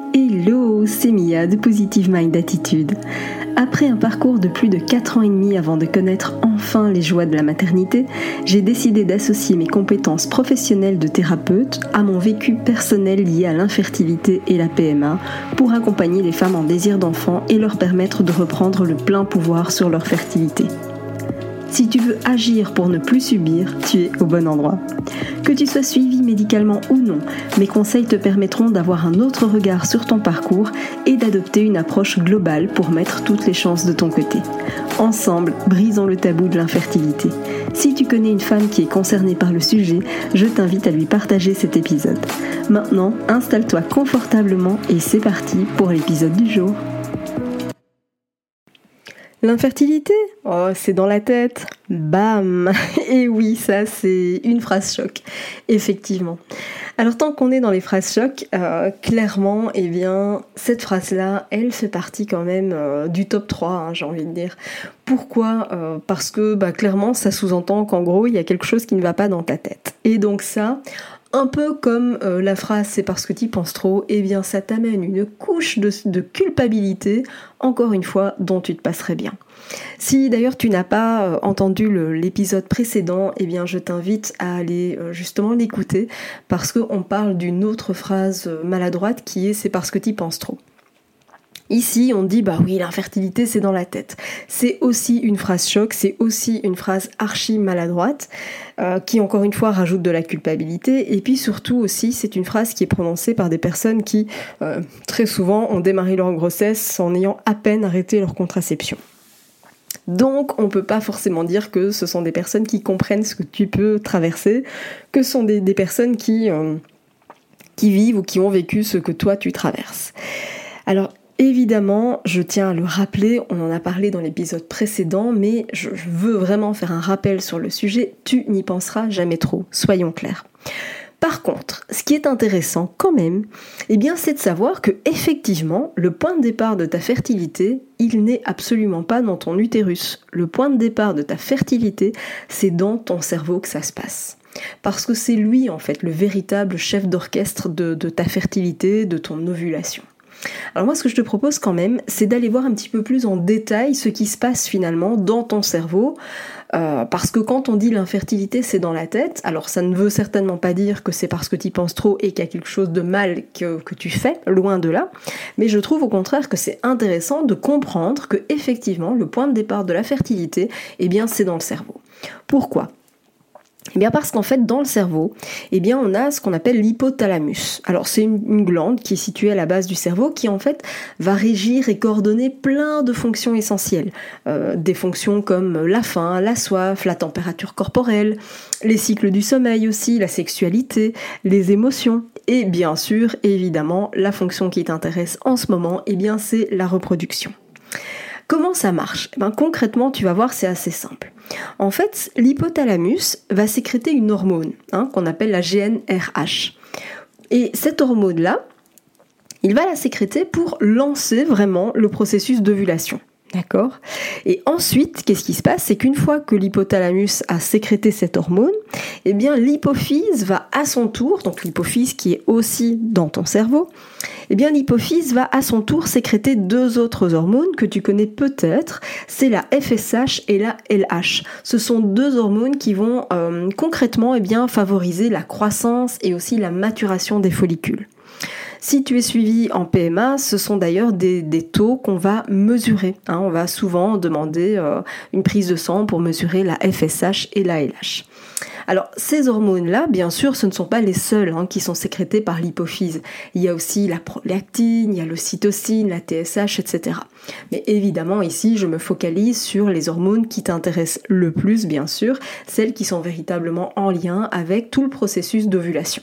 Hello, c'est Mia de Positive Mind Attitude. Après un parcours de plus de 4 ans et demi avant de connaître enfin les joies de la maternité, j'ai décidé d'associer mes compétences professionnelles de thérapeute à mon vécu personnel lié à l'infertilité et la PMA pour accompagner les femmes en désir d'enfant et leur permettre de reprendre le plein pouvoir sur leur fertilité. Si tu veux agir pour ne plus subir, tu es au bon endroit. Que tu sois suivi médicalement ou non, mes conseils te permettront d'avoir un autre regard sur ton parcours et d'adopter une approche globale pour mettre toutes les chances de ton côté. Ensemble, brisons le tabou de l'infertilité. Si tu connais une femme qui est concernée par le sujet, je t'invite à lui partager cet épisode. Maintenant, installe-toi confortablement et c'est parti pour l'épisode du jour. L'infertilité ? Oh, c'est dans la tête. Bam ! Et oui, ça, c'est une phrase choc. Effectivement. Alors, tant qu'on est dans les phrases choc, clairement, eh bien, cette phrase-là, elle fait partie quand même du top 3, j'ai envie de dire. Pourquoi ? Parce que, clairement, ça sous-entend qu'en gros, il y a quelque chose qui ne va pas dans ta tête. Et donc ça... Un peu comme la phrase « c'est parce que tu y penses trop », eh bien ça t'amène une couche de culpabilité, encore une fois, dont tu te passerais bien. Si d'ailleurs tu n'as pas entendu l'épisode précédent, eh bien je t'invite à aller justement l'écouter, parce qu'on parle d'une autre phrase maladroite qui est « c'est parce que tu y penses trop ». Ici, on dit, oui, l'infertilité, c'est dans la tête. C'est aussi une phrase choc, c'est aussi une phrase archi maladroite, qui, encore une fois, rajoute de la culpabilité. Et puis, surtout aussi, c'est une phrase qui est prononcée par des personnes qui, très souvent, ont démarré leur grossesse en ayant à peine arrêté leur contraception. Donc, on peut pas forcément dire que ce sont des personnes qui comprennent ce que tu peux traverser, que ce sont des personnes qui vivent ou qui ont vécu ce que toi, tu traverses. Alors, évidemment, je tiens à le rappeler, on en a parlé dans l'épisode précédent, mais je veux vraiment faire un rappel sur le sujet, tu n'y penseras jamais trop, soyons clairs. Par contre, ce qui est intéressant quand même, eh bien, c'est de savoir que effectivement, le point de départ de ta fertilité, il n'est absolument pas dans ton utérus. Le point de départ de ta fertilité, c'est dans ton cerveau que ça se passe. Parce que c'est lui, en fait, le véritable chef d'orchestre de ta fertilité, de ton ovulation. Alors moi, ce que je te propose quand même, c'est d'aller voir un petit peu plus en détail ce qui se passe finalement dans ton cerveau, parce que quand on dit l'infertilité, c'est dans la tête, alors ça ne veut certainement pas dire que c'est parce que tu y penses trop et qu'il y a quelque chose de mal que tu fais, loin de là, mais je trouve au contraire que c'est intéressant de comprendre que effectivement, le point de départ de la fertilité, eh bien, c'est dans le cerveau. Pourquoi ? Eh bien parce qu'en fait dans le cerveau, eh bien on a ce qu'on appelle l'hypothalamus. Alors c'est une glande qui est située à la base du cerveau qui en fait va régir et coordonner plein de fonctions essentielles. Des fonctions comme la faim, la soif, la température corporelle, les cycles du sommeil aussi, la sexualité, les émotions et bien sûr, évidemment, la fonction qui t'intéresse en ce moment, eh bien c'est la reproduction. Comment ça marche ? Concrètement, tu vas voir, c'est assez simple. En fait, l'hypothalamus va sécréter une hormone qu'on appelle la GnRH. Et cette hormone-là, il va la sécréter pour lancer vraiment le processus d'ovulation. D'accord ? Et ensuite, qu'est-ce qui se passe ? C'est qu'une fois que l'hypothalamus a sécrété cette hormone, eh bien l'hypophyse va à son tour, donc l'hypophyse qui est aussi dans ton cerveau, eh bien l'hypophyse va à son tour sécréter deux autres hormones que tu connais peut-être, c'est la FSH et la LH. Ce sont deux hormones qui vont concrètement favoriser la croissance et aussi la maturation des follicules. Si tu es suivi en PMA, ce sont d'ailleurs des taux qu'on va mesurer. On va souvent demander une prise de sang pour mesurer la FSH et la LH. Alors, ces hormones-là, bien sûr, ce ne sont pas les seules qui sont sécrétées par l'hypophyse. Il y a aussi la prolactine, il y a l'ocytocine, la TSH, etc. Mais évidemment, ici, je me focalise sur les hormones qui t'intéressent le plus, bien sûr, celles qui sont véritablement en lien avec tout le processus d'ovulation.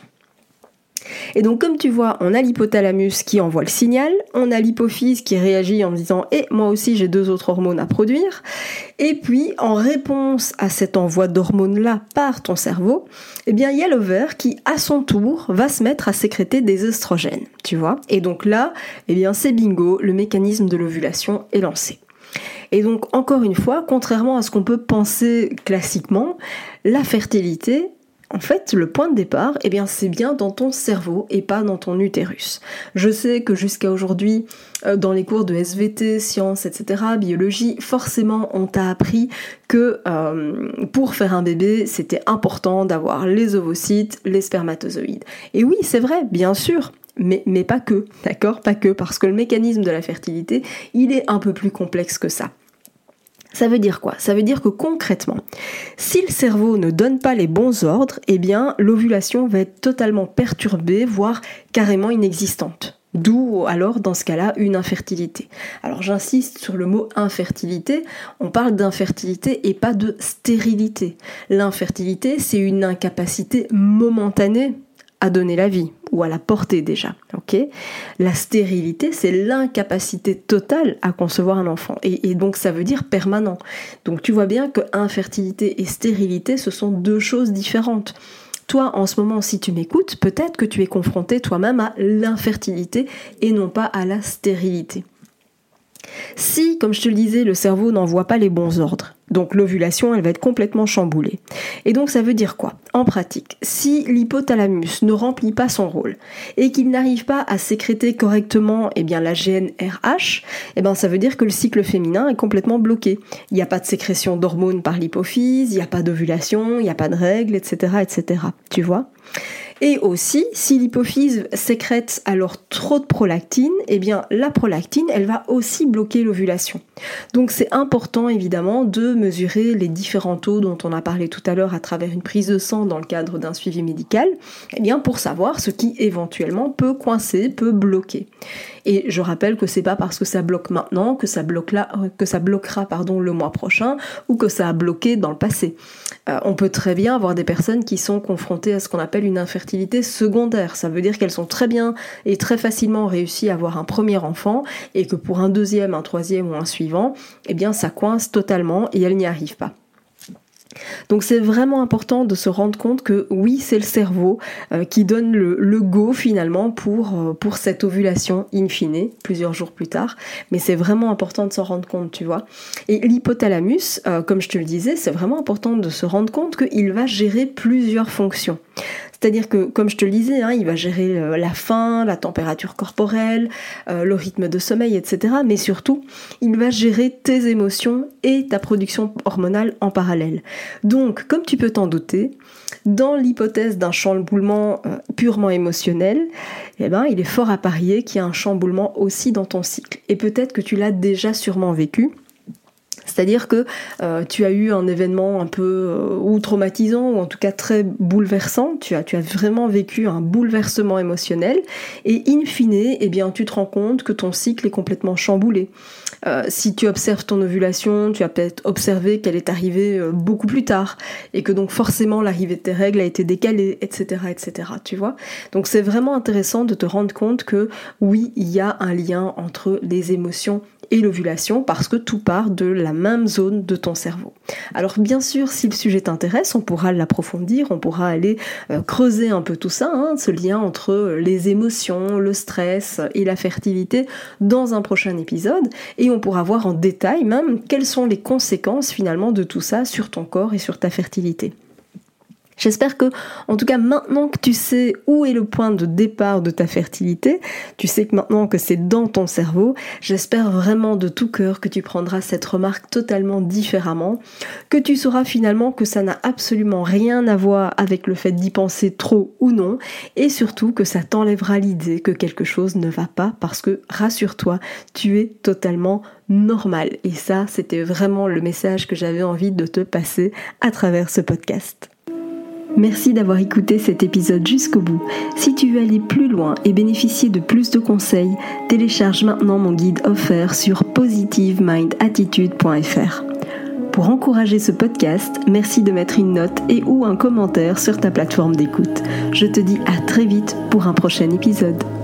Et donc comme tu vois, on a l'hypothalamus qui envoie le signal, on a l'hypophyse qui réagit en disant « moi aussi j'ai deux autres hormones à produire », et puis en réponse à cet envoi d'hormones-là par ton cerveau, eh bien il y a l'ovaire qui à son tour va se mettre à sécréter des œstrogènes, tu vois. Et donc là, eh bien c'est bingo, le mécanisme de l'ovulation est lancé. Et donc encore une fois, contrairement à ce qu'on peut penser classiquement, la fertilité, En fait, le point de départ, c'est bien dans ton cerveau et pas dans ton utérus. Je sais que jusqu'à aujourd'hui, dans les cours de SVT, sciences, etc., biologie, forcément, on t'a appris que pour faire un bébé, c'était important d'avoir les ovocytes, les spermatozoïdes. Et oui, c'est vrai, bien sûr. Mais pas que, d'accord ? Pas que, parce que le mécanisme de la fertilité, il est un peu plus complexe que ça. Ça veut dire quoi ? Ça veut dire que concrètement, si le cerveau ne donne pas les bons ordres, l'ovulation va être totalement perturbée, voire carrément inexistante. D'où alors dans ce cas-là une infertilité. Alors j'insiste sur le mot infertilité, on parle d'infertilité et pas de stérilité. L'infertilité, c'est une incapacité momentanée à donner la vie, ou à la porter déjà, ok ? La stérilité, c'est l'incapacité totale à concevoir un enfant, et donc ça veut dire permanent. Donc tu vois bien que infertilité et stérilité, ce sont deux choses différentes. Toi, en ce moment, si tu m'écoutes, peut-être que tu es confronté toi-même à l'infertilité et non pas à la stérilité. Si, comme je te le disais, le cerveau n'envoie pas les bons ordres, donc l'ovulation, elle va être complètement chamboulée. Et donc ça veut dire quoi ? En pratique, si l'hypothalamus ne remplit pas son rôle et qu'il n'arrive pas à sécréter correctement la GnRH, ça veut dire que le cycle féminin est complètement bloqué. Il n'y a pas de sécrétion d'hormones par l'hypophyse, il n'y a pas d'ovulation, il n'y a pas de règles, etc., etc. Tu vois ? Et aussi, si l'hypophyse sécrète alors trop de prolactine, la prolactine, elle va aussi bloquer l'ovulation. Donc c'est important évidemment de mesurer les différents taux dont on a parlé tout à l'heure à travers une prise de sang dans le cadre d'un suivi médical, pour savoir ce qui éventuellement peut coincer, peut bloquer. Et je rappelle que c'est pas parce que ça bloque maintenant que ça bloquera le mois prochain ou que ça a bloqué dans le passé. On peut très bien avoir des personnes qui sont confrontées à ce qu'on appelle une infertilité secondaire. Ça veut dire qu'elles sont très bien et très facilement réussi à avoir un premier enfant et que pour un deuxième, un troisième ou un suivant, ça coince totalement et elles n'y arrivent pas. Donc c'est vraiment important de se rendre compte que oui, c'est le cerveau qui donne le go finalement pour cette ovulation in fine, plusieurs jours plus tard, mais c'est vraiment important de s'en rendre compte, tu vois. Et l'hypothalamus, comme je te le disais, c'est vraiment important de se rendre compte qu'il va gérer plusieurs fonctions. C'est-à-dire que, comme je te le disais, il va gérer la faim, la température corporelle, le rythme de sommeil, etc. Mais surtout, il va gérer tes émotions et ta production hormonale en parallèle. Donc, comme tu peux t'en douter, dans l'hypothèse d'un chamboulement purement émotionnel, il est fort à parier qu'il y a un chamboulement aussi dans ton cycle. Et peut-être que tu l'as déjà sûrement vécu. C'est-à-dire que tu as eu un événement un peu ou traumatisant ou en tout cas très bouleversant, tu as vraiment vécu un bouleversement émotionnel et in fine, tu te rends compte que ton cycle est complètement chamboulé. Si tu observes ton ovulation, tu as peut-être observé qu'elle est arrivée beaucoup plus tard et que donc forcément l'arrivée de tes règles a été décalée, etc., etc., tu vois. Donc c'est vraiment intéressant de te rendre compte que oui, il y a un lien entre les émotions et l'ovulation parce que tout part de la même zone de ton cerveau. Alors bien sûr, si le sujet t'intéresse, on pourra l'approfondir, on pourra aller creuser un peu tout ça, ce lien entre les émotions, le stress et la fertilité dans un prochain épisode, et on pourra voir en détail même quelles sont les conséquences finalement de tout ça sur ton corps et sur ta fertilité. J'espère que, en tout cas, maintenant que tu sais où est le point de départ de ta fertilité, tu sais que maintenant que c'est dans ton cerveau, j'espère vraiment de tout cœur que tu prendras cette remarque totalement différemment, que tu sauras finalement que ça n'a absolument rien à voir avec le fait d'y penser trop ou non, et surtout que ça t'enlèvera l'idée que quelque chose ne va pas parce que, rassure-toi, tu es totalement normal. Et ça, c'était vraiment le message que j'avais envie de te passer à travers ce podcast. Merci d'avoir écouté cet épisode jusqu'au bout. Si tu veux aller plus loin et bénéficier de plus de conseils, télécharge maintenant mon guide offert sur positivemindattitude.fr. Pour encourager ce podcast, merci de mettre une note et ou un commentaire sur ta plateforme d'écoute. Je te dis à très vite pour un prochain épisode.